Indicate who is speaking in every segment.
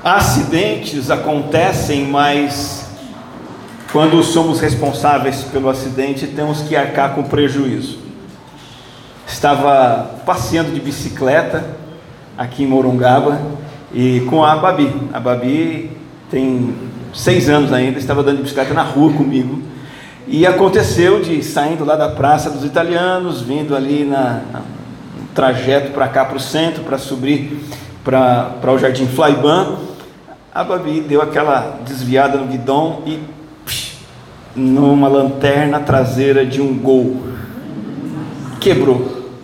Speaker 1: Acidentes acontecem, mas quando somos responsáveis pelo acidente, temos que arcar com prejuízo. Estava passeando de bicicleta aqui em Morungaba e com a Babi. A Babi tem 6 anos ainda, estava andando de bicicleta na rua comigo. E aconteceu de saindo lá da Praça dos Italianos, vindo ali no trajeto para cá, para o centro, para subir para o Jardim Flaiban, a Babi deu aquela desviada no guidão e numa lanterna traseira de um Gol. Quebrou,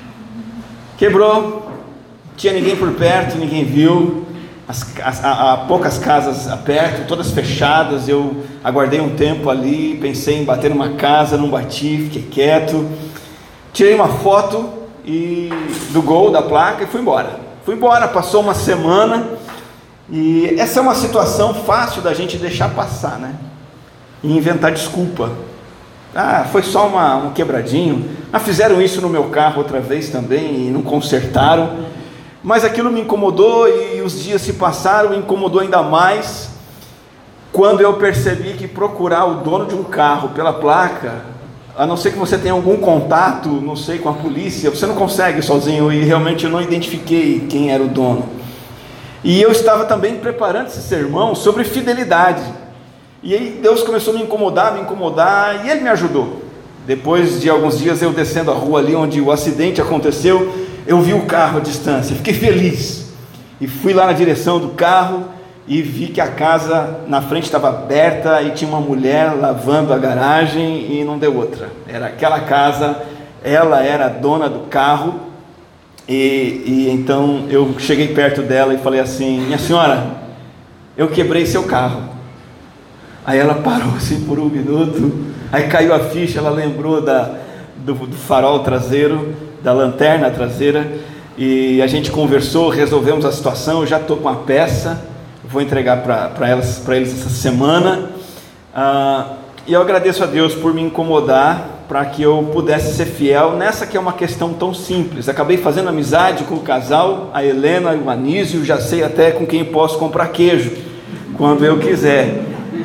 Speaker 1: tinha ninguém por perto, ninguém viu, poucas casas perto, todas fechadas. Eu aguardei um tempo ali, pensei em bater numa casa, não bati, fiquei quieto, tirei uma foto do Gol, da placa, e fui embora, passou uma semana. E essa é uma situação fácil da gente deixar passar, né? E inventar desculpa. Foi só um quebradinho. Fizeram isso no meu carro outra vez também e não consertaram. Mas aquilo me incomodou e os dias se passaram, me incomodou ainda mais quando eu percebi que procurar o dono de um carro pela placa, a não ser que você tenha algum contato, não sei, com a polícia, você não consegue sozinho, e realmente eu não identifiquei quem era o dono. E eu estava também preparando esse sermão sobre fidelidade, e aí Deus começou a me incomodar, e Ele me ajudou. Depois de alguns dias eu descendo a rua ali onde o acidente aconteceu, eu vi o carro à distância, fiquei feliz, e fui lá na direção do carro, e vi que a casa na frente estava aberta, e tinha uma mulher lavando a garagem, e não deu outra, era aquela casa, ela era a dona do carro. E então eu cheguei perto dela e falei assim: minha senhora, eu quebrei seu carro. Aí ela parou assim por um minuto, aí caiu a ficha, ela lembrou do farol traseiro, da lanterna traseira, e a gente conversou, resolvemos a situação. Eu já estou com a peça, vou entregar para eles essa semana, e eu agradeço a Deus por me incomodar, para que eu pudesse ser fiel nessa que é uma questão tão simples. Acabei fazendo amizade com o casal, a Helena e o Anísio, já sei até com quem posso comprar queijo, quando eu quiser.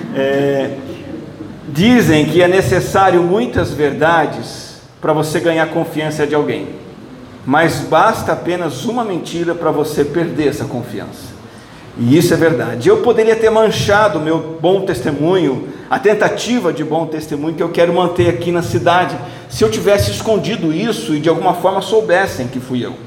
Speaker 1: Dizem que é necessário muitas verdades para você ganhar confiança de alguém, mas basta apenas uma mentira para você perder essa confiança. E isso é verdade. Eu poderia ter manchado o meu bom testemunho, a tentativa de bom testemunho que eu quero manter aqui na cidade, se eu tivesse escondido isso e de alguma forma soubessem que fui eu.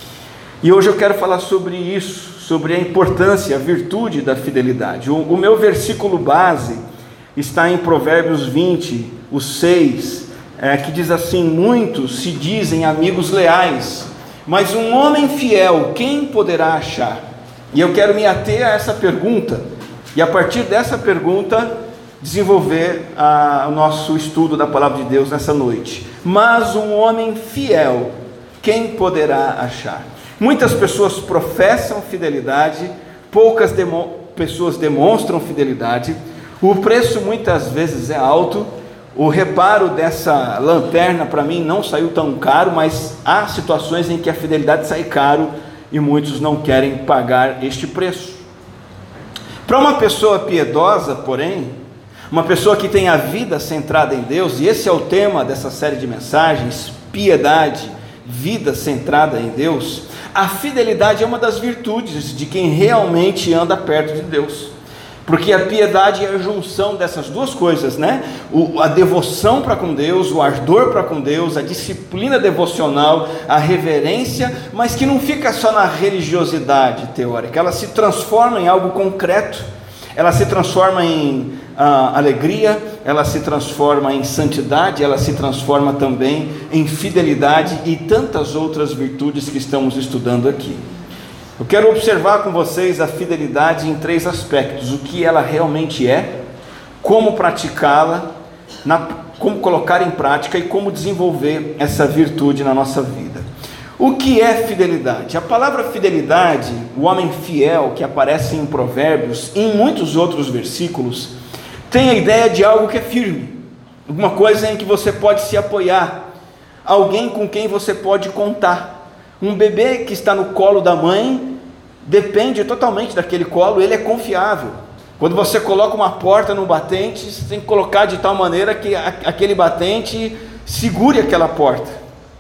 Speaker 1: E hoje eu quero falar sobre isso, sobre a importância, a virtude da fidelidade. O meu versículo base está em Provérbios 20, o 6, que diz assim: muitos se dizem amigos leais, mas um homem fiel, quem poderá achar? E eu quero me ater a essa pergunta, e a partir dessa pergunta desenvolver o nosso estudo da palavra de Deus nessa noite. Mas um homem fiel, quem poderá achar? Muitas pessoas professam fidelidade, poucas pessoas demonstram fidelidade, o preço muitas vezes é alto. O reparo dessa lanterna para mim não saiu tão caro, mas há situações em que a fidelidade sai caro, e muitos não querem pagar este preço. Para uma pessoa piedosa, porém, uma pessoa que tem a vida centrada em Deus, e esse é o tema dessa série de mensagens, piedade, vida centrada em Deus, a fidelidade é uma das virtudes de quem realmente anda perto de Deus, porque a piedade é a junção dessas duas coisas, né? A devoção para com Deus, o ardor para com Deus, a disciplina devocional, a reverência, mas que não fica só na religiosidade teórica, ela se transforma em algo concreto, ela se transforma em alegria, ela se transforma em santidade, ela se transforma também em fidelidade e tantas outras virtudes que estamos estudando aqui. Eu quero observar com vocês a fidelidade em 3 aspectos: o que ela realmente é, como praticá-la, como colocar em prática e como desenvolver essa virtude na nossa vida. O que é fidelidade? A palavra fidelidade, o homem fiel, que aparece em Provérbios e em muitos outros versículos, tem a ideia de algo que é firme, alguma coisa em que você pode se apoiar, alguém com quem você pode contar. Um bebê que está no colo da mãe depende totalmente daquele colo, ele é confiável. Quando você coloca uma porta no batente, você tem que colocar de tal maneira que aquele batente segure aquela porta.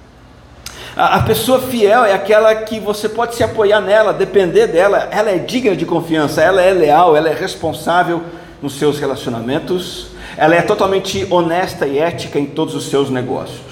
Speaker 1: A pessoa fiel é aquela que você pode se apoiar nela, depender dela, ela é digna de confiança, ela é leal, ela é responsável nos seus relacionamentos, ela é totalmente honesta e ética em todos os seus negócios.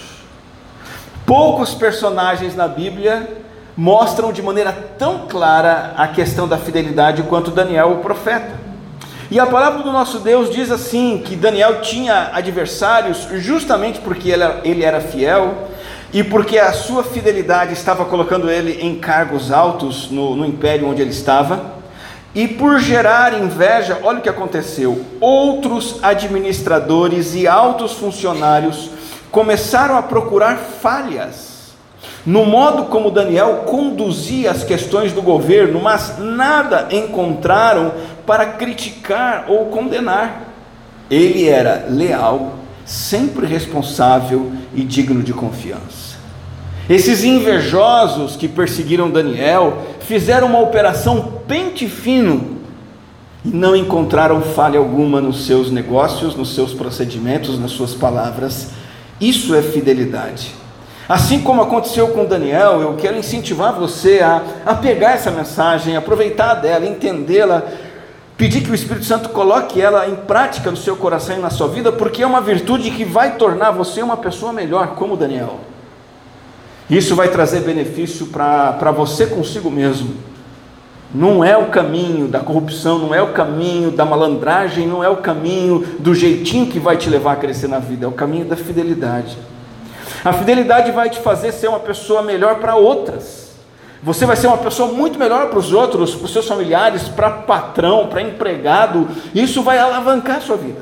Speaker 1: Poucos personagens na Bíblia mostram de maneira tão clara a questão da fidelidade quanto Daniel, o profeta. E a palavra do nosso Deus diz assim, que Daniel tinha adversários justamente porque ele era fiel, e porque a sua fidelidade estava colocando ele em cargos altos no império onde ele estava, e por gerar inveja, olha o que aconteceu: outros administradores e altos funcionários começaram a procurar falhas no modo como Daniel conduzia as questões do governo, mas nada encontraram para criticar ou condenar. Ele era leal, sempre responsável e digno de confiança. Esses invejosos que perseguiram Daniel fizeram uma operação pente fino e não encontraram falha alguma nos seus negócios, nos seus procedimentos, nas suas palavras. Isso é fidelidade. Assim como aconteceu com Daniel, eu quero incentivar você a pegar essa mensagem, aproveitar dela, entendê-la, pedir que o Espírito Santo coloque ela em prática no seu coração e na sua vida, porque é uma virtude que vai tornar você uma pessoa melhor, como Daniel. Isso vai trazer benefício para você consigo mesmo. Não é o caminho da corrupção, não é o caminho da malandragem, não é o caminho do jeitinho que vai te levar a crescer na vida, é o caminho da fidelidade. A fidelidade vai te fazer ser uma pessoa melhor para outras. Você vai ser uma pessoa muito melhor para os outros, para os seus familiares, para patrão, para empregado. Isso vai alavancar a sua vida.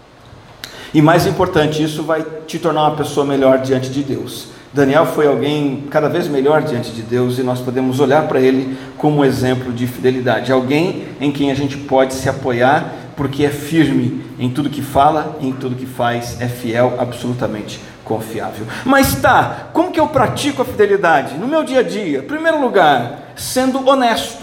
Speaker 1: E mais importante, isso vai te tornar uma pessoa melhor diante de Deus. Daniel foi alguém cada vez melhor diante de Deus, e nós podemos olhar para ele como um exemplo de fidelidade. Alguém em quem a gente pode se apoiar, porque é firme em tudo que fala, em tudo que faz, é fiel, absolutamente confiável. Mas como que eu pratico a fidelidade? No meu dia a dia, em primeiro lugar, sendo honesto.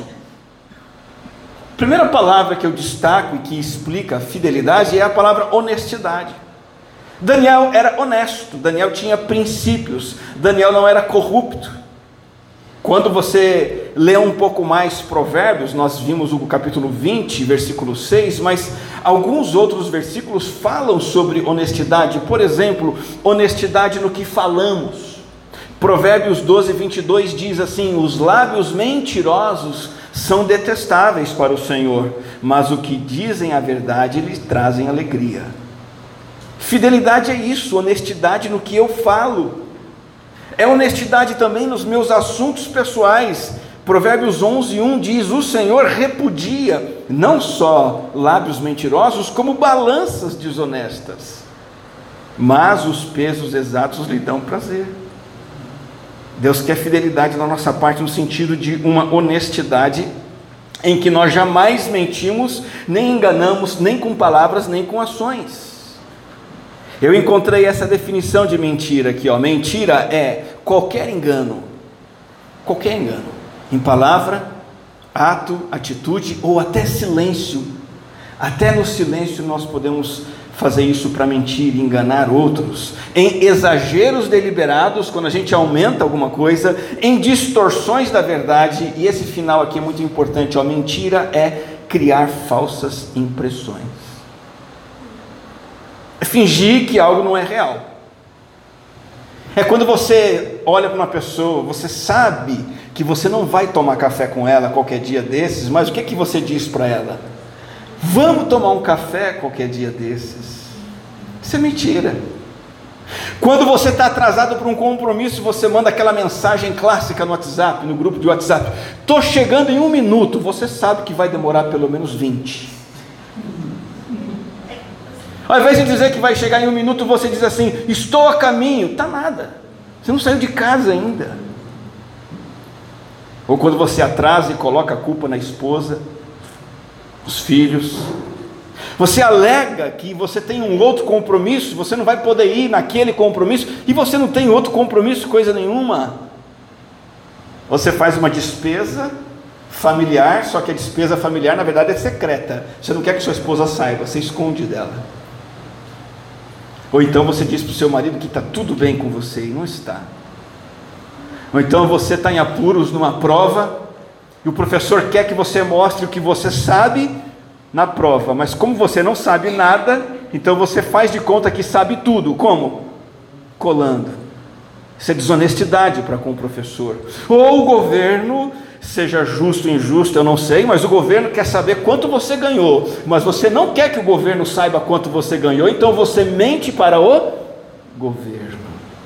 Speaker 1: A primeira palavra que eu destaco e que explica a fidelidade é a palavra honestidade. Daniel era honesto, Daniel tinha princípios, Daniel não era corrupto. Quando você lê um pouco mais Provérbios, nós vimos o capítulo 20, versículo 6, mas alguns outros versículos falam sobre honestidade. Por exemplo, honestidade no que falamos. Provérbios 12, 22 diz assim: os lábios mentirosos são detestáveis para o Senhor, mas o que dizem a verdade lhes trazem alegria. Fidelidade é isso, honestidade no que eu falo. É honestidade também nos meus assuntos pessoais. Provérbios 11, 1 diz: o Senhor repudia não só lábios mentirosos, como balanças desonestas, mas os pesos exatos lhe dão prazer. Deus quer fidelidade da nossa parte, no sentido de uma honestidade em que nós jamais mentimos, nem enganamos, nem com palavras, nem com ações. Eu encontrei essa definição de mentira aqui, mentira é qualquer engano, em palavra, ato, atitude ou até silêncio. Até no silêncio nós podemos fazer isso para mentir e enganar outros, em exageros deliberados, quando a gente aumenta alguma coisa, em distorções da verdade. E esse final aqui é muito importante, mentira é criar falsas impressões. É fingir que algo não é real. É quando você olha para uma pessoa, você sabe que você não vai tomar café com ela qualquer dia desses, mas o que você diz para ela? Vamos tomar um café qualquer dia desses. Isso é mentira. Quando você está atrasado para um compromisso, você manda aquela mensagem clássica no WhatsApp, no grupo de WhatsApp: estou chegando em 1 minuto, você sabe que vai demorar pelo menos 20. Ao invés de dizer que vai chegar em 1 minuto, você diz assim: estou a caminho. Está nada, você não saiu de casa ainda. Ou quando você atrasa e coloca a culpa na esposa, os filhos, você alega que você tem um outro compromisso, você não vai poder ir naquele compromisso, e você não tem outro compromisso, coisa nenhuma. Você faz uma despesa familiar, só que a despesa familiar na verdade é secreta. Você não quer que sua esposa saiba, você esconde dela. Ou então você diz para o seu marido que está tudo bem com você e não está. Ou então você está em apuros numa prova e o professor quer que você mostre o que você sabe na prova, mas como você não sabe nada, então você faz de conta que sabe tudo. Como? Colando. Isso é desonestidade para com o professor. Ou o governo, seja justo ou injusto, eu não sei, mas o governo quer saber quanto você ganhou, mas você não quer que o governo saiba quanto você ganhou, então você mente para o governo.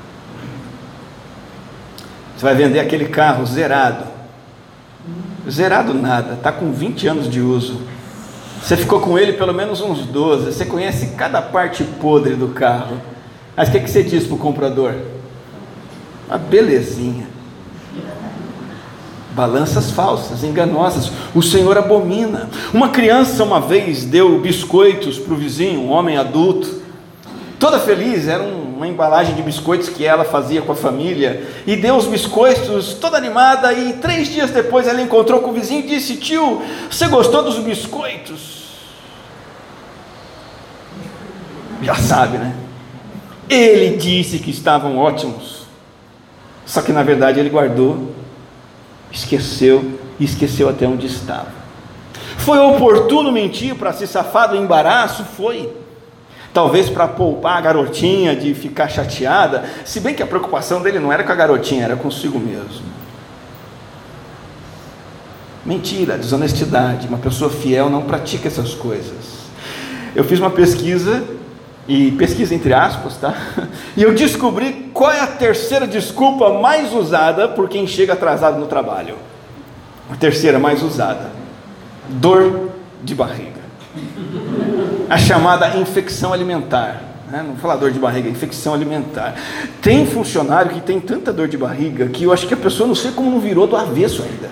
Speaker 1: Você vai vender aquele carro zerado. Zerado nada, está com 20 anos de uso. Você ficou com ele pelo menos uns 12, você conhece cada parte podre do carro. Mas o que você diz para o comprador? Uma belezinha. Balanças falsas, enganosas, o Senhor abomina. Uma criança uma vez deu biscoitos para o vizinho, um homem adulto, toda feliz, era uma embalagem de biscoitos que ela fazia com a família, e deu os biscoitos toda animada, e 3 dias depois ela encontrou com o vizinho e disse: tio, você gostou dos biscoitos? Já sabe, né? Ele disse que estavam ótimos, só que na verdade ele guardou, esqueceu, e esqueceu até onde estava. Foi oportuno mentir para se safar do embaraço? Foi. Talvez para poupar a garotinha de ficar chateada, se bem que a preocupação dele não era com a garotinha, era consigo mesmo. Mentira, desonestidade. Uma pessoa fiel não pratica essas coisas. Eu fiz uma pesquisa, e pesquisa entre aspas, tá? E eu descobri qual é a terceira desculpa mais usada por quem chega atrasado no trabalho. A terceira mais usada: dor de barriga. A chamada infecção alimentar, né? Não vou falar dor de barriga, infecção alimentar. Tem funcionário que tem tanta dor de barriga que eu acho que a pessoa, não sei como não virou do avesso ainda.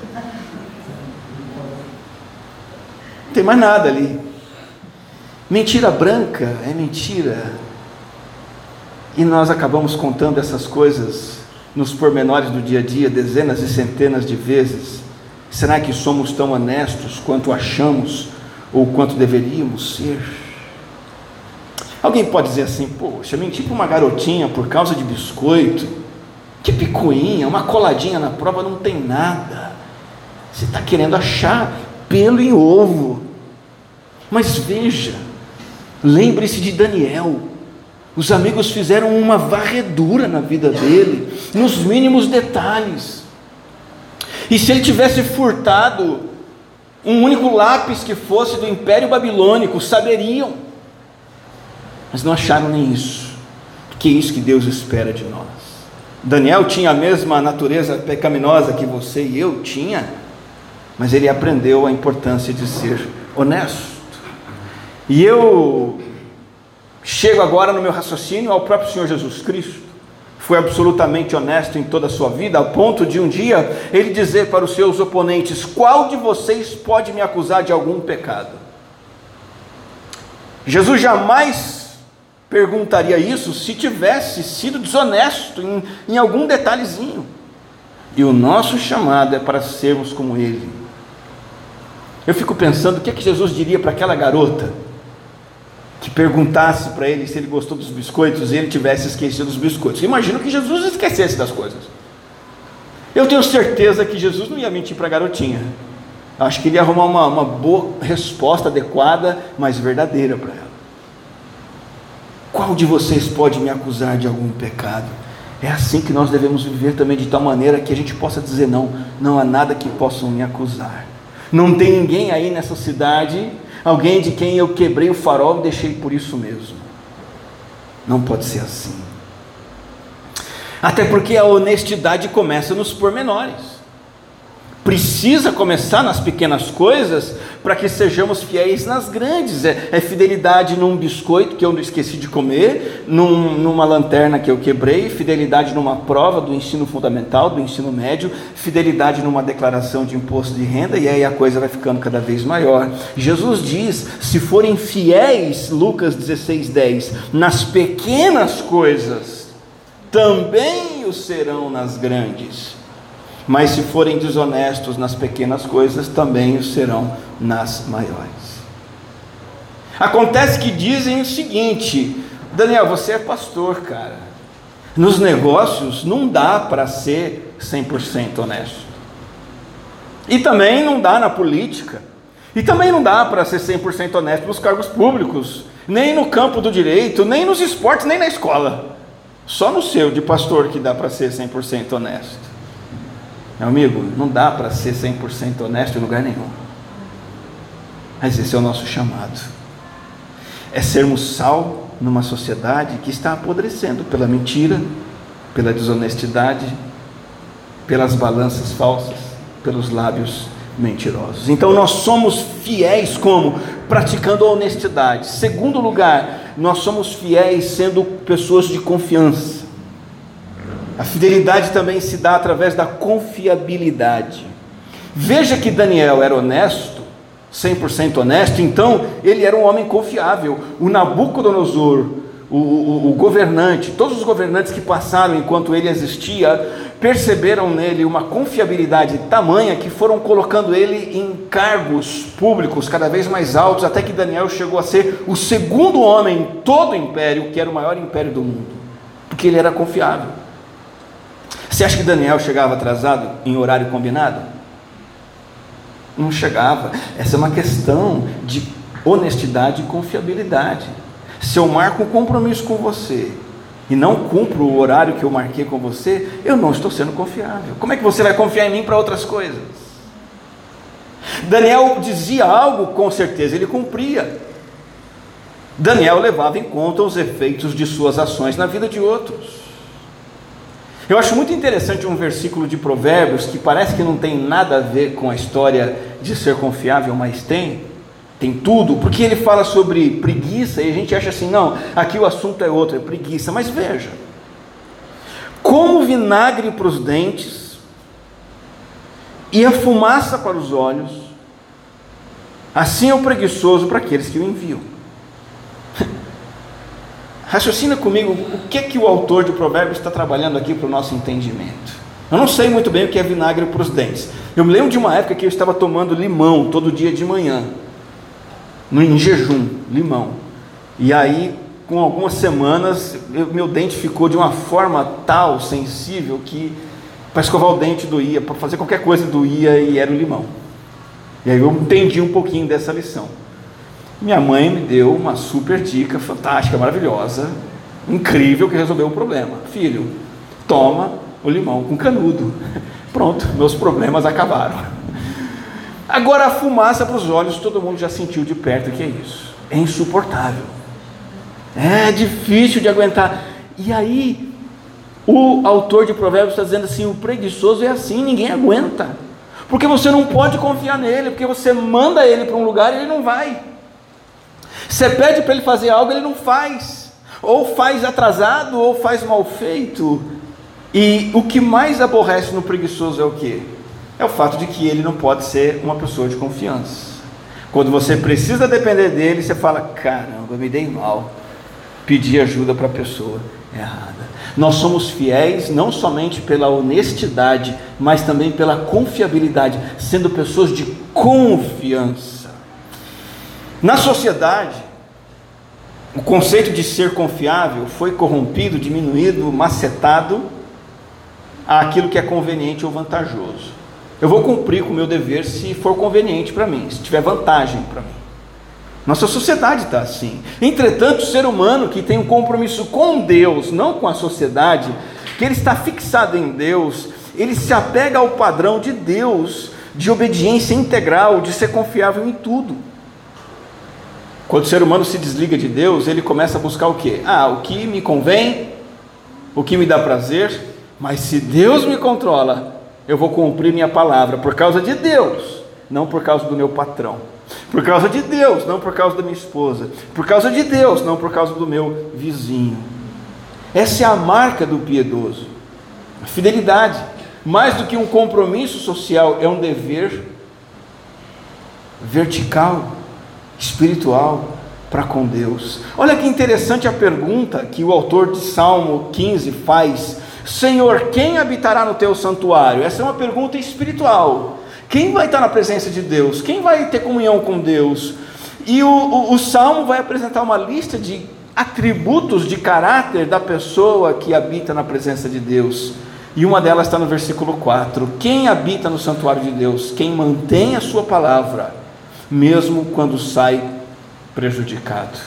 Speaker 1: Não tem mais nada ali. Mentira branca é mentira. E nós acabamos contando essas coisas nos pormenores do dia a dia, dezenas e centenas de vezes. Será que somos tão honestos quanto achamos ou quanto deveríamos ser? Alguém pode dizer assim: poxa, menti para uma garotinha por causa de biscoito, que picuinha, uma coladinha na prova não tem nada. Você está querendo achar pelo em ovo. Mas veja, lembre-se de Daniel. Os amigos fizeram uma varredura na vida dele, nos mínimos detalhes. E se ele tivesse furtado um único lápis que fosse do Império Babilônico, saberiam. Mas não acharam nem isso, porque é isso que Deus espera de nós. Daniel tinha a mesma natureza pecaminosa que você e eu tinha, mas ele aprendeu a importância de ser honesto. E eu chego agora no meu raciocínio ao próprio Senhor Jesus Cristo. Foi absolutamente honesto em toda a sua vida, ao ponto de um dia ele dizer para os seus oponentes: qual de vocês pode me acusar de algum pecado? Jesus jamais perguntaria isso se tivesse sido desonesto em algum detalhezinho. E o nosso chamado é para sermos como ele. Eu fico pensando, o que é que Jesus diria para aquela garota que perguntasse para ele se ele gostou dos biscoitos e ele tivesse esquecido dos biscoitos? Imagino que Jesus esquecesse das coisas. Eu tenho certeza que Jesus não ia mentir para a garotinha. Acho que ele ia arrumar uma boa resposta adequada, mas verdadeira para ela. Qual de vocês pode me acusar de algum pecado? É assim que nós devemos viver também, de tal maneira que a gente possa dizer: não há nada que possam me acusar. Não tem ninguém aí nessa cidade, alguém de quem eu quebrei o farol e deixei por isso mesmo. Não pode ser assim. Até porque a honestidade começa nos pormenores. Precisa começar nas pequenas coisas para que sejamos fiéis nas grandes. É fidelidade num biscoito que eu não esqueci de comer, numa lanterna que eu quebrei, fidelidade numa prova do ensino fundamental, do ensino médio, fidelidade numa declaração de imposto de renda, e aí a coisa vai ficando cada vez maior. Jesus diz: se forem fiéis, Lucas 16:10, nas pequenas coisas, também o serão nas grandes. mas se forem desonestos nas pequenas coisas, também o serão nas maiores. Acontece que dizem o seguinte: Daniel, você é pastor, cara. Nos negócios não dá para ser 100% honesto. E também não dá na política. E também não dá para ser 100% honesto nos cargos públicos, nem no campo do direito, nem nos esportes, nem na escola. Só no seu, de pastor, que dá para ser 100% honesto. Meu amigo, não dá para ser 100% honesto em lugar nenhum. Mas esse é o nosso chamado. É sermos sal numa sociedade que está apodrecendo pela mentira, pela desonestidade, pelas balanças falsas, pelos lábios mentirosos. Então nós somos fiéis como? Praticando a honestidade. Segundo lugar, nós somos fiéis sendo pessoas de confiança. A fidelidade também se dá através da confiabilidade. Veja que Daniel era honesto, 100% honesto, então ele era um homem confiável. O Nabucodonosor, o governante, todos os governantes que passaram enquanto ele existia, perceberam nele uma confiabilidade tamanha que foram colocando ele em cargos públicos cada vez mais altos, até que Daniel chegou a ser o segundo homem em todo o império, que era o maior império do mundo, porque ele era confiável. Você acha que Daniel chegava atrasado em horário combinado? Não chegava. Essa é uma questão de honestidade e confiabilidade. Se eu marco um compromisso com você e não cumpro o horário que eu marquei com você, eu não estou sendo confiável. Como é que você vai confiar em mim para outras coisas? Daniel dizia algo, com certeza ele cumpria. Daniel levava em conta os efeitos de suas ações na vida de outros. Eu acho muito interessante um versículo de Provérbios que parece que não tem nada a ver com a história de ser confiável, mas tem tudo, porque ele fala sobre preguiça e a gente acha assim, não, aqui o assunto é outro, é preguiça. Mas veja, como vinagre para os dentes e a fumaça para os olhos, assim é o preguiçoso para aqueles que o enviam. Raciocina comigo, o que é que o autor de Provérbios está trabalhando aqui para o nosso entendimento? Eu não sei muito bem o que é vinagre para os dentes. Eu me lembro de uma época que eu estava tomando limão todo dia de manhã, em jejum, limão. E aí, com algumas semanas, meu dente ficou de uma forma tal, sensível, que para escovar o dente doía, para fazer qualquer coisa doía, e era o limão. E aí eu entendi um pouquinho dessa lição. Minha mãe me deu uma super dica, fantástica, maravilhosa, incrível, que resolveu o problema. Filho, toma o limão com canudo. Pronto, meus problemas acabaram. Agora a fumaça para os olhos, todo mundo já sentiu de perto o que é isso. É insuportável. É difícil de aguentar. E aí, o autor de Provérbios está dizendo assim, o preguiçoso é assim, ninguém aguenta. Porque você não pode confiar nele, porque você manda ele para um lugar e ele não vai. Você pede para ele fazer algo, ele não faz, ou faz atrasado, ou faz mal feito. E o que mais aborrece no preguiçoso é o quê? É o fato de que ele não pode ser uma pessoa de confiança. Quando você precisa depender dele, você fala, caramba, me dei mal, pedi ajuda para a pessoa errada. Nós somos fiéis não somente pela honestidade, mas também pela confiabilidade, sendo pessoas de confiança. Na sociedade, o conceito de ser confiável foi corrompido, diminuído, macetado àquilo que é conveniente ou vantajoso. Eu vou cumprir com o meu dever se for conveniente para mim, se tiver vantagem para mim. Nossa sociedade está assim. Entretanto, o ser humano que tem um compromisso com Deus, não com a sociedade, que ele está fixado em Deus, ele se apega ao padrão de Deus, de obediência integral, de ser confiável em tudo. Quando o ser humano se desliga de Deus, ele começa a buscar o quê? O que me convém, o que me dá prazer, mas se Deus me controla, eu vou cumprir minha palavra, por causa de Deus, não por causa do meu patrão, por causa de Deus, não por causa da minha esposa, por causa de Deus, não por causa do meu vizinho. Essa é a marca do piedoso, a fidelidade, mais do que um compromisso social, é um dever vertical, espiritual, para com Deus. Olha que interessante a pergunta que o autor de Salmo 15 faz Senhor, quem habitará no teu santuário? Essa é uma pergunta espiritual. Quem vai estar na presença de Deus? Quem vai ter comunhão com Deus? E o Salmo vai apresentar uma lista de atributos de caráter da pessoa que habita na presença de Deus. E uma delas está no versículo 4. Quem habita no santuário de Deus? Quem mantém a sua palavra, mesmo quando sai prejudicado.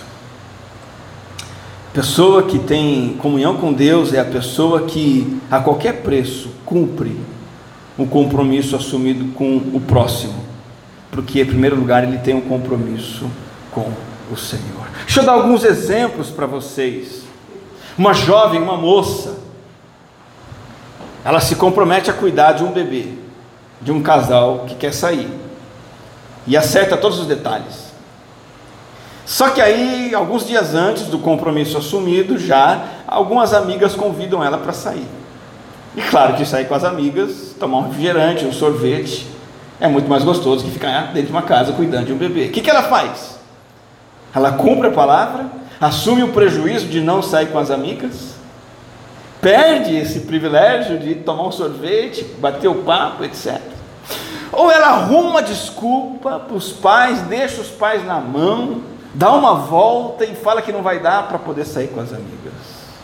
Speaker 1: Pessoa que tem comunhão com Deus é a pessoa que a qualquer preço cumpre um compromisso assumido com o próximo, porque em primeiro lugar ele tem um compromisso com o Senhor. Deixa eu dar alguns exemplos para vocês. Uma jovem, uma moça, ela se compromete a cuidar de um bebê, de um casal que quer sair, e acerta todos os detalhes. Só que aí, alguns dias antes do compromisso assumido, já algumas amigas convidam ela para sair. E claro que sair com as amigas, tomar um refrigerante, um sorvete, é muito mais gostoso que ficar dentro de uma casa cuidando de um bebê. O que ela faz? Ela cumpre a palavra, assume o prejuízo de não sair com as amigas, perde esse privilégio de tomar um sorvete, bater o papo, etc. Ou ela arruma desculpa para os pais, deixa os pais na mão, dá uma volta e fala que não vai dar para poder sair com as amigas.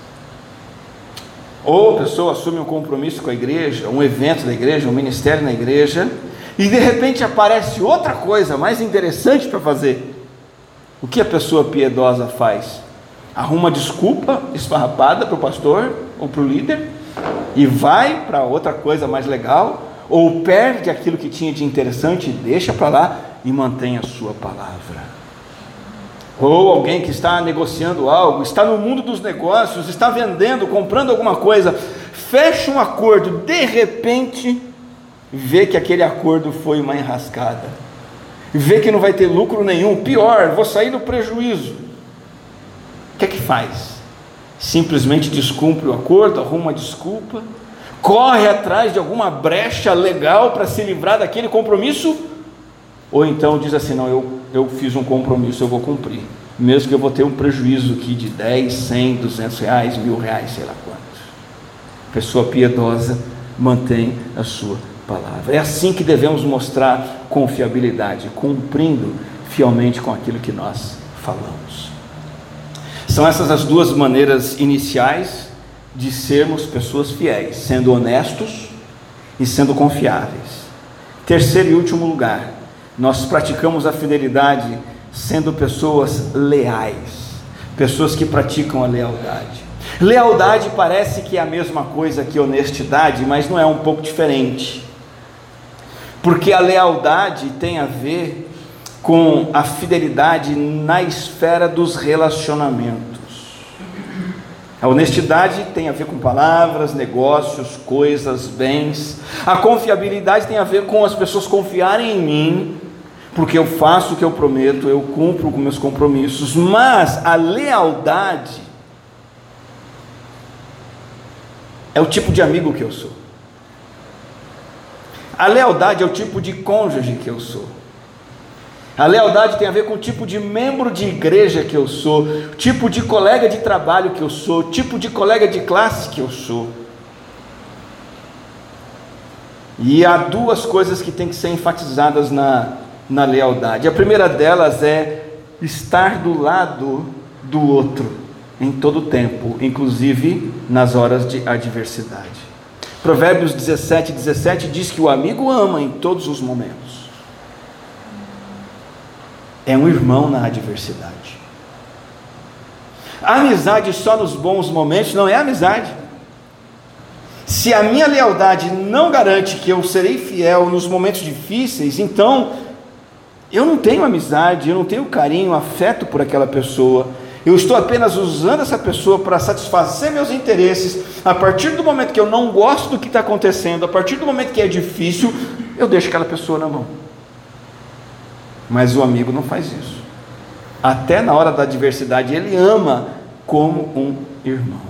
Speaker 1: Ou a pessoa assume um compromisso com a igreja, um evento da igreja, um ministério na igreja, e de repente aparece outra coisa mais interessante para fazer. O que a pessoa piedosa faz? Arruma desculpa esfarrapada para o pastor ou para o líder e vai para outra coisa mais legal, ou perde aquilo que tinha de interessante e deixa para lá e mantém a sua palavra. Ou alguém que está negociando algo, está no mundo dos negócios, está vendendo, comprando alguma coisa, fecha um acordo, de repente vê que aquele acordo foi uma enrascada, vê que não vai ter lucro nenhum, pior, vou sair do prejuízo. O que é que faz? Simplesmente descumpre o acordo, arruma uma desculpa, corre atrás de alguma brecha legal para se livrar daquele compromisso? Ou então diz assim, não, eu fiz um compromisso, eu vou cumprir, mesmo que eu vou ter um prejuízo aqui de 10, 100, 200 reais, 1.000 reais, sei lá quanto. Pessoa piedosa mantém a sua palavra. É assim que devemos mostrar confiabilidade, cumprindo fielmente com aquilo que nós falamos. São essas as duas maneiras iniciais de sermos pessoas fiéis, sendo honestos e sendo confiáveis. Terceiro e último lugar, nós praticamos a fidelidade sendo pessoas leais, pessoas que praticam a lealdade. Lealdade parece que é a mesma coisa que honestidade, mas não é, um pouco diferente, porque a lealdade tem a ver com a fidelidade na esfera dos relacionamentos. A honestidade tem a ver com palavras, negócios, coisas, bens. A confiabilidade tem a ver com as pessoas confiarem em mim, porque eu faço o que eu prometo, eu cumpro com meus compromissos. Mas a lealdade é o tipo de amigo que eu sou. A lealdade é o tipo de cônjuge que eu sou. A lealdade tem a ver com o tipo de membro de igreja que eu sou, tipo de colega de trabalho que eu sou, tipo de colega de classe que eu sou. E há duas coisas que têm que ser enfatizadas na lealdade. A primeira delas é estar do lado do outro em todo o tempo, inclusive nas horas de adversidade. Provérbios 17:17 diz que o amigo ama em todos os momentos. É um irmão na adversidade. A amizade só nos bons momentos não é amizade. Se a minha lealdade não garante que eu serei fiel nos momentos difíceis, então eu não tenho amizade, eu não tenho carinho, afeto por aquela pessoa. Eu estou apenas usando essa pessoa para satisfazer meus interesses. A partir do momento que eu não gosto do que está acontecendo, a partir do momento que é difícil, eu deixo aquela pessoa na mão. Mas o amigo não faz isso. Até na hora da adversidade ele ama como um irmão.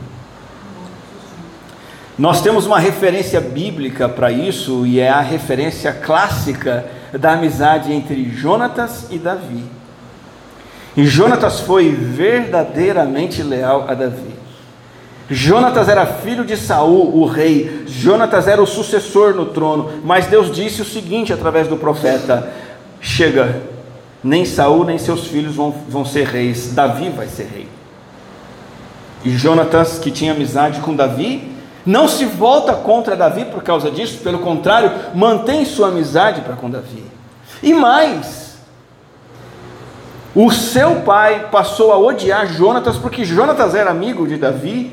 Speaker 1: Nós temos uma referência bíblica para isso, e é a referência clássica da amizade entre Jonatas e Davi. E Jonatas foi verdadeiramente leal a Davi. Jonatas era filho de Saul, o rei. Jonatas era o sucessor no trono. Mas Deus disse o seguinte através do profeta: chega, nem Saul nem seus filhos vão ser reis, Davi vai ser rei. E Jonatas, que tinha amizade com Davi, não se volta contra Davi por causa disso, pelo contrário, mantém sua amizade para com Davi. E mais, o seu pai passou a odiar Jonatas, porque Jonatas era amigo de Davi,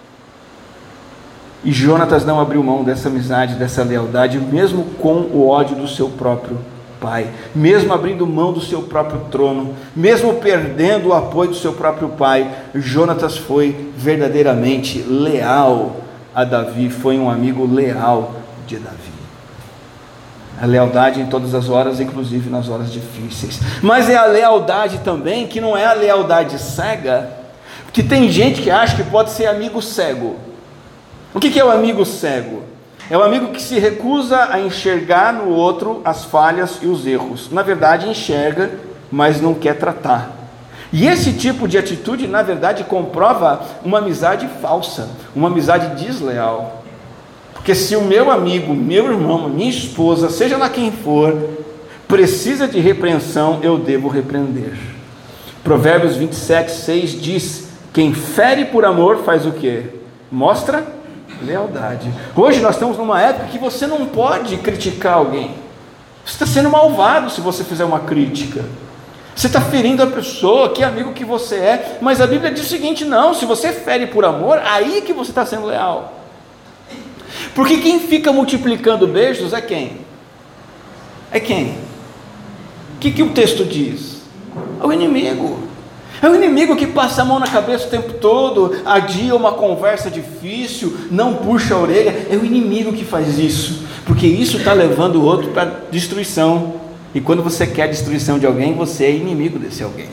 Speaker 1: e Jonatas não abriu mão dessa amizade, dessa lealdade, mesmo com o ódio do seu próprio pai, mesmo abrindo mão do seu próprio trono, mesmo perdendo o apoio do seu próprio pai. Jonatas foi verdadeiramente leal a Davi, foi um amigo leal de Davi. A lealdade em todas as horas, inclusive nas horas difíceis. Mas é a lealdade também, que não é a lealdade cega, porque tem gente que acha que pode ser amigo cego. O que é o amigo cego? É o amigo que se recusa a enxergar no outro as falhas e os erros. Na verdade enxerga, mas não quer tratar. E esse tipo de atitude, na verdade, comprova uma amizade falsa, uma amizade desleal. Porque se o meu amigo, meu irmão, minha esposa, seja lá quem for, precisa de repreensão, eu devo repreender. Provérbios 27:6 diz: quem fere por amor faz o quê? Mostra lealdade. Hoje nós estamos numa época que você não pode criticar alguém. Você está sendo malvado se você fizer uma crítica. Você está ferindo a pessoa, que amigo que você é. Mas a Bíblia diz o seguinte: não, se você fere por amor, aí que você está sendo leal. Porque quem fica multiplicando beijos é quem? É quem? O que o texto diz? É o inimigo. É o inimigo que passa a mão na cabeça o tempo todo, adia uma conversa difícil, não puxa a orelha. É o inimigo que faz isso, porque isso está levando o outro para destruição. E quando você quer a destruição de alguém, você é inimigo desse alguém.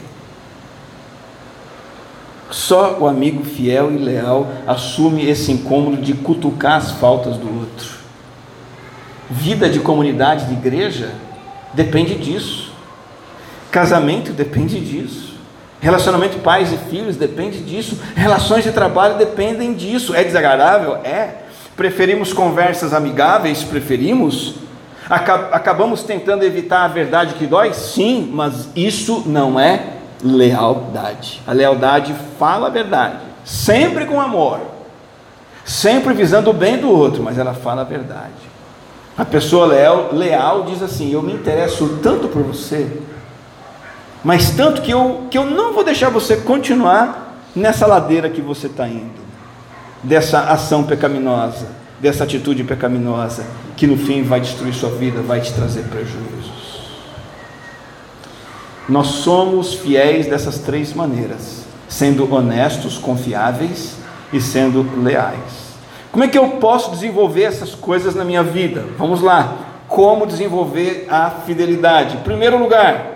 Speaker 1: Só o amigo fiel e leal assume esse incômodo de cutucar as faltas do outro. Vida de comunidade, de igreja, depende disso. Casamento depende disso. Relacionamento pais e filhos depende disso. Relações de trabalho dependem disso. É desagradável? É. Preferimos conversas amigáveis? Preferimos. Acabamos tentando evitar a verdade que dói? Sim, mas isso não é lealdade. A lealdade fala a verdade, sempre com amor, sempre visando o bem do outro, mas ela fala a verdade. A pessoa leal diz assim: eu me interesso tanto por você, mas tanto que eu não vou deixar você continuar nessa ladeira que você está indo, dessa ação pecaminosa, dessa atitude pecaminosa, que no fim vai destruir sua vida, vai te trazer prejuízos. Nós somos fiéis dessas três maneiras: sendo honestos, confiáveis e sendo leais. Como é que eu posso desenvolver essas coisas na minha vida? Vamos lá. Como desenvolver a fidelidade? Em primeiro lugar,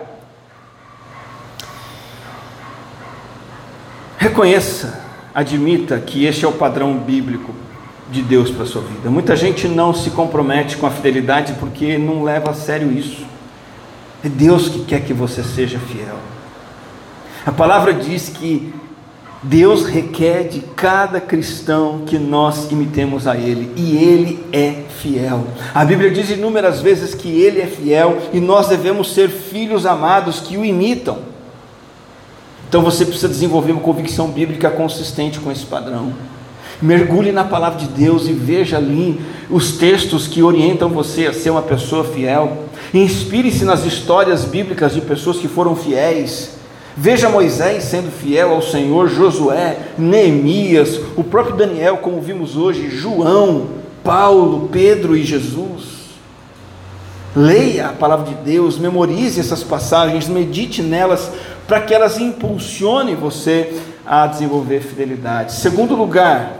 Speaker 1: reconheça, admita que este é o padrão bíblico de Deus para a sua vida. Muita gente não se compromete com a fidelidade porque não leva a sério isso. É Deus que quer que você seja fiel. A palavra diz que Deus requer de cada cristão que nós imitemos a Ele, e Ele é fiel. A Bíblia diz inúmeras vezes que Ele é fiel, e nós devemos ser filhos amados que o imitam. Então você precisa desenvolver uma convicção bíblica consistente com esse padrão. Mergulhe na palavra de Deus e veja ali os textos que orientam você a ser uma pessoa fiel. Inspire-se nas histórias bíblicas de pessoas que foram fiéis. Veja Moisés sendo fiel ao Senhor, Josué, Neemias, o próprio Daniel, como vimos hoje, João, Paulo, Pedro e Jesus. Leia a palavra de Deus, memorize essas passagens, medite nelas, para que elas impulsionem você a desenvolver fidelidade. Segundo lugar,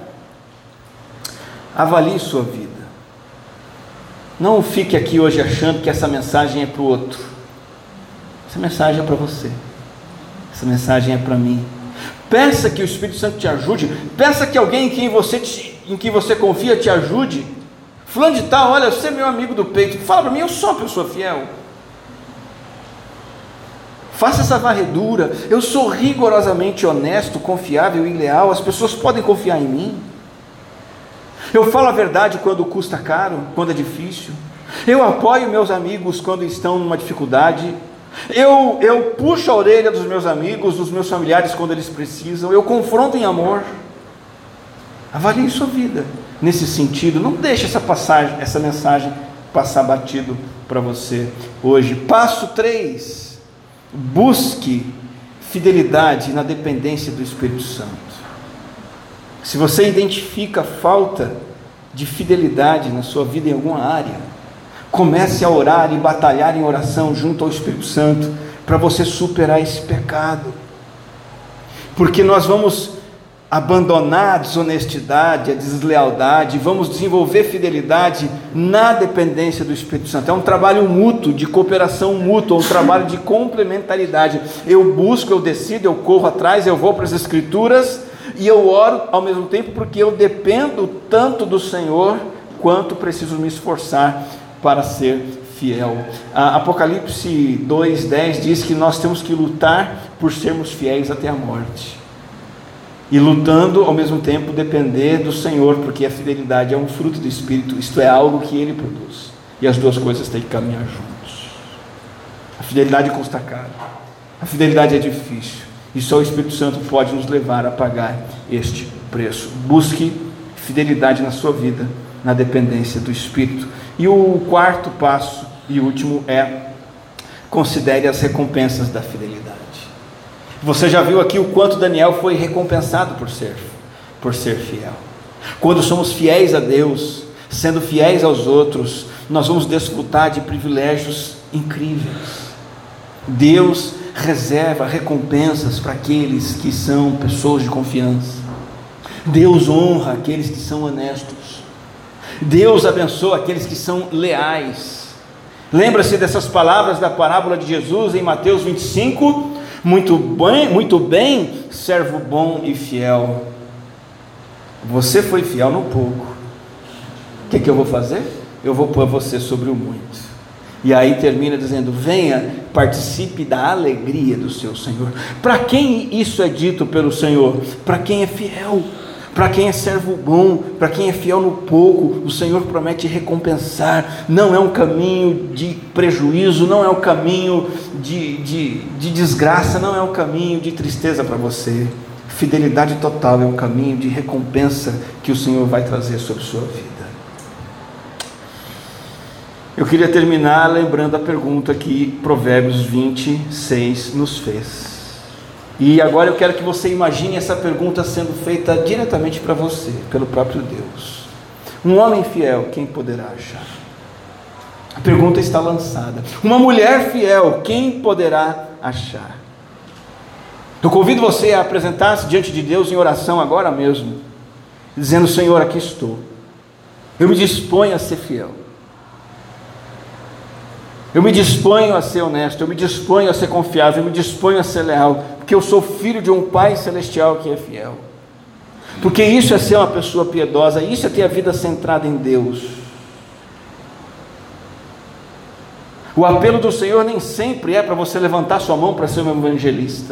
Speaker 1: avalie sua vida. Não fique aqui hoje achando que essa mensagem é para o outro. Essa mensagem é para você. Essa mensagem é para mim. Peça que o Espírito Santo te ajude. Peça que alguém em quem você confia te ajude. Fulano de tal, olha, você é meu amigo do peito. Fala para mim, eu sou uma pessoa fiel. Faça essa varredura. Eu sou rigorosamente honesto, confiável e leal. As pessoas podem confiar em mim. Eu falo a verdade quando custa caro, quando é difícil. Eu apoio meus amigos quando estão numa dificuldade. Eu puxo a orelha dos meus amigos, dos meus familiares quando eles precisam. Eu confronto em amor. Avalie sua vida nesse sentido. Não deixe essa mensagem passar batido para você hoje. Passo 3. Busque fidelidade na dependência do Espírito Santo. Se você identifica falta de fidelidade na sua vida em alguma área, comece a orar e batalhar em oração junto ao Espírito Santo para você superar esse pecado. Porque nós vamos abandonar a desonestidade, a deslealdade, vamos desenvolver fidelidade na dependência do Espírito Santo. É um trabalho mútuo, de cooperação mútua, um trabalho de complementaridade. Eu busco, eu decido, eu corro atrás, eu vou para as Escrituras e eu oro ao mesmo tempo, porque eu dependo tanto do Senhor quanto preciso me esforçar para ser fiel. Apocalipse 2:10 diz que nós temos que lutar por sermos fiéis até a morte. E lutando, ao mesmo tempo, depender do Senhor, porque a fidelidade é um fruto do Espírito, isto é algo que Ele produz. E as duas coisas têm que caminhar juntos. A fidelidade custa caro. A fidelidade é difícil. E só o Espírito Santo pode nos levar a pagar este preço. Busque fidelidade na sua vida, na dependência do Espírito. E o quarto passo e último é: considere as recompensas da fidelidade. Você já viu aqui o quanto Daniel foi recompensado por ser fiel. Quando somos fiéis a Deus, sendo fiéis aos outros, nós vamos desfrutar de privilégios incríveis. Deus reserva recompensas para aqueles que são pessoas de confiança. Deus honra aqueles que são honestos. Deus abençoa aqueles que são leais. Lembra-se dessas palavras da parábola de Jesus em Mateus 25? Muito bem, servo bom e fiel. Você foi fiel no pouco. O que eu vou fazer? Eu vou pôr você sobre o muito. E aí termina dizendo: venha, participe da alegria do seu Senhor. Para quem isso é dito pelo Senhor? Para quem é fiel, para quem é servo bom, para quem é fiel no pouco, o Senhor promete recompensar. Não é um caminho de prejuízo, não é um caminho de desgraça, não é um caminho de tristeza para você. Fidelidade total é um caminho de recompensa que o Senhor vai trazer sobre a sua vida. Eu queria terminar lembrando a pergunta que Provérbios 26 nos fez. E agora eu quero que você imagine essa pergunta sendo feita diretamente para você, pelo próprio Deus. Um homem fiel, quem poderá achar? A pergunta está lançada. Uma mulher fiel, quem poderá achar? Eu convido você a apresentar-se diante de Deus em oração agora mesmo, dizendo: Senhor, aqui estou. Eu me disponho a ser fiel. Eu me disponho a ser honesto, eu me disponho a ser confiável, eu me disponho a ser leal, porque eu sou filho de um Pai Celestial que é fiel. Porque isso é ser uma pessoa piedosa, isso é ter a vida centrada em Deus. O apelo do Senhor nem sempre é para você levantar sua mão para ser um evangelista.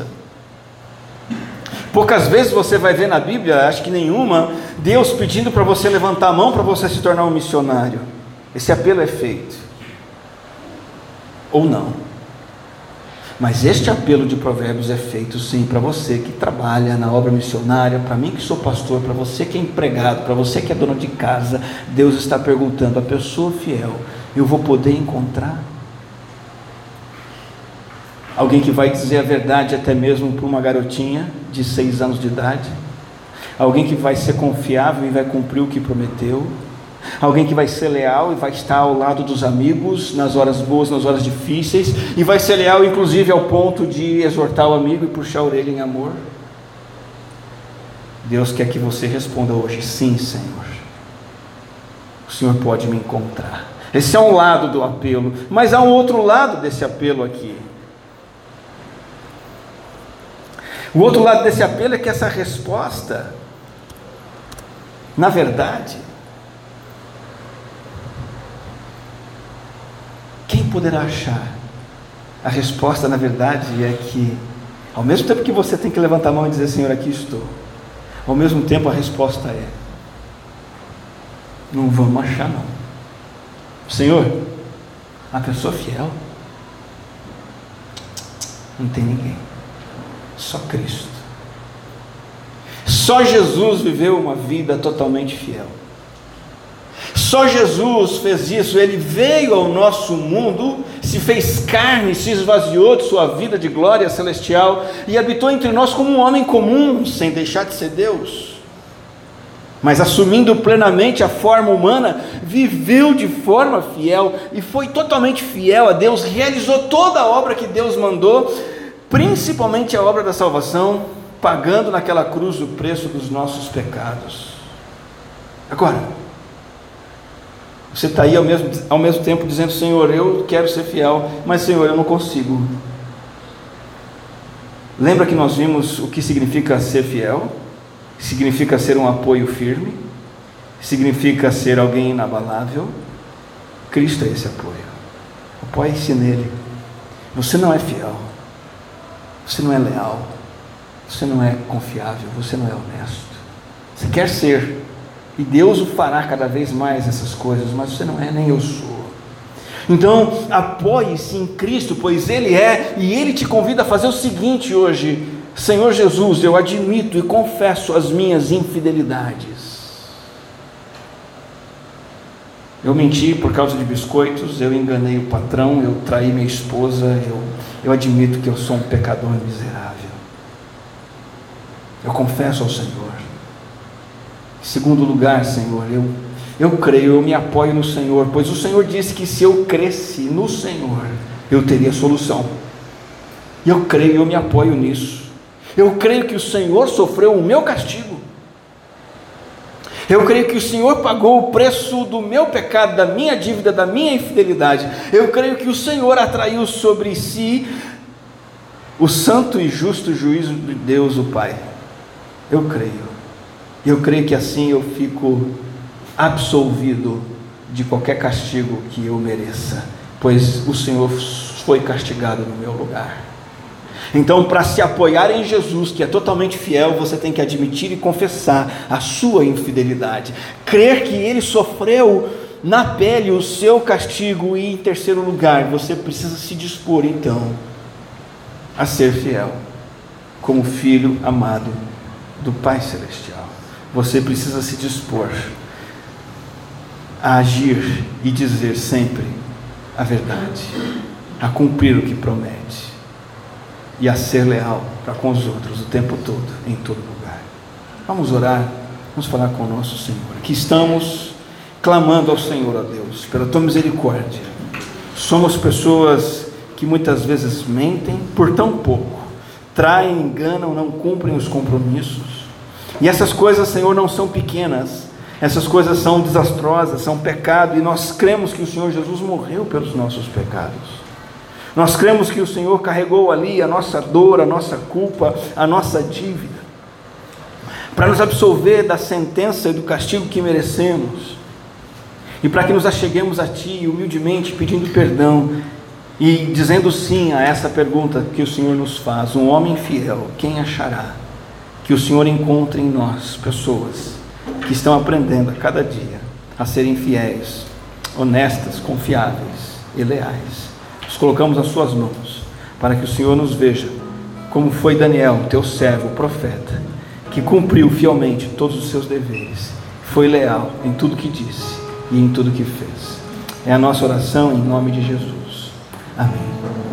Speaker 1: Poucas vezes você vai ver na Bíblia, acho que nenhuma, Deus pedindo para você levantar a mão para você se tornar um missionário. Esse apelo é feito. Ou não. Mas este apelo de Provérbios é feito sim para você que trabalha na obra missionária, para mim que sou pastor, para você que é empregado, para você que é dono de casa. Deus está perguntando: a pessoa fiel, eu vou poder encontrar? Alguém que vai dizer a verdade até mesmo para uma garotinha de 6 anos de idade? Alguém que vai ser confiável e vai cumprir o que prometeu? Alguém que vai ser leal e vai estar ao lado dos amigos nas horas boas, nas horas difíceis, e vai ser leal inclusive ao ponto de exortar o amigo e puxar a orelha em amor? Deus quer que você responda hoje: sim, Senhor, o Senhor pode me encontrar. Esse é um lado do apelo, mas há um outro lado desse apelo aqui. O outro lado desse apelo é que essa resposta, na verdade, quem poderá achar A resposta, na verdade, é que, ao mesmo tempo que você tem que levantar a mão e dizer, Senhor, aqui estou, ao mesmo tempo a resposta é, não vamos achar não. Senhor, a pessoa fiel, não tem ninguém, só Cristo. Só Jesus viveu uma vida totalmente fiel. Só Jesus fez isso. Ele veio ao nosso mundo, se fez carne, se esvaziou de sua vida de glória celestial e habitou entre nós como um homem comum, sem deixar de ser Deus, mas assumindo plenamente a forma humana, viveu de forma fiel e foi totalmente fiel a Deus, realizou toda a obra que Deus mandou, principalmente a obra da salvação, pagando naquela cruz o preço dos nossos pecados. Agora, você está aí ao mesmo tempo dizendo, Senhor, eu quero ser fiel, mas Senhor, eu não consigo. Lembra que nós vimos o que significa ser fiel? Significa ser um apoio firme, significa ser alguém inabalável. Cristo é esse apoio. Apoie-se nele. Você não é fiel, você não é leal, você não é confiável, você não é honesto. Você quer ser, e Deus o fará cada vez mais essas coisas, mas você não é, nem eu sou. Então apoie-se em Cristo, pois Ele é, e Ele te convida a fazer o seguinte hoje: Senhor Jesus, eu admito e confesso as minhas infidelidades. Eu menti por causa de biscoitos, eu enganei o patrão, eu traí minha esposa, eu admito que eu sou um pecador miserável. Eu confesso ao Senhor. Em segundo lugar, Senhor, eu creio, eu me apoio no Senhor, pois o Senhor disse que se eu cresce no Senhor, eu teria solução. E eu creio, eu me apoio nisso. Eu creio que o Senhor sofreu o meu castigo. Eu creio que o Senhor pagou o preço do meu pecado, da minha dívida, da minha infidelidade. Eu creio que o Senhor atraiu sobre si o santo e justo juízo de Deus o Pai. Eu creio. Eu creio que assim eu fico absolvido de qualquer castigo que eu mereça, pois o Senhor foi castigado no meu lugar. Então, para se apoiar em Jesus, que é totalmente fiel, você tem que admitir e confessar a sua infidelidade, crer que Ele sofreu na pele o seu castigo, e em terceiro lugar, você precisa se dispor então a ser fiel, como filho amado do Pai Celestial. Você precisa se dispor a agir e dizer sempre a verdade, a cumprir o que promete e a ser leal para com os outros o tempo todo, em todo lugar. Vamos orar, vamos falar com o nosso Senhor. Aqui estamos clamando ao Senhor, ó Deus, pela tua misericórdia. Somos pessoas que muitas vezes mentem por tão pouco, traem, enganam, não cumprem os compromissos. E essas coisas, Senhor, não são pequenas, essas coisas são desastrosas, são pecado, e nós cremos que o Senhor Jesus morreu pelos nossos pecados. Nós cremos que o Senhor carregou ali a nossa dor, a nossa culpa, a nossa dívida, para nos absolver da sentença e do castigo que merecemos, e para que nos acheguemos a Ti humildemente, pedindo perdão e dizendo sim a essa pergunta que o Senhor nos faz: um homem fiel, quem achará? Que o Senhor encontre em nós pessoas que estão aprendendo a cada dia a serem fiéis, honestas, confiáveis e leais. Nos colocamos nas suas mãos, para que o Senhor nos veja, como foi Daniel, teu servo, o profeta, que cumpriu fielmente todos os seus deveres, foi leal em tudo que disse e em tudo que fez. É a nossa oração em nome de Jesus. Amém.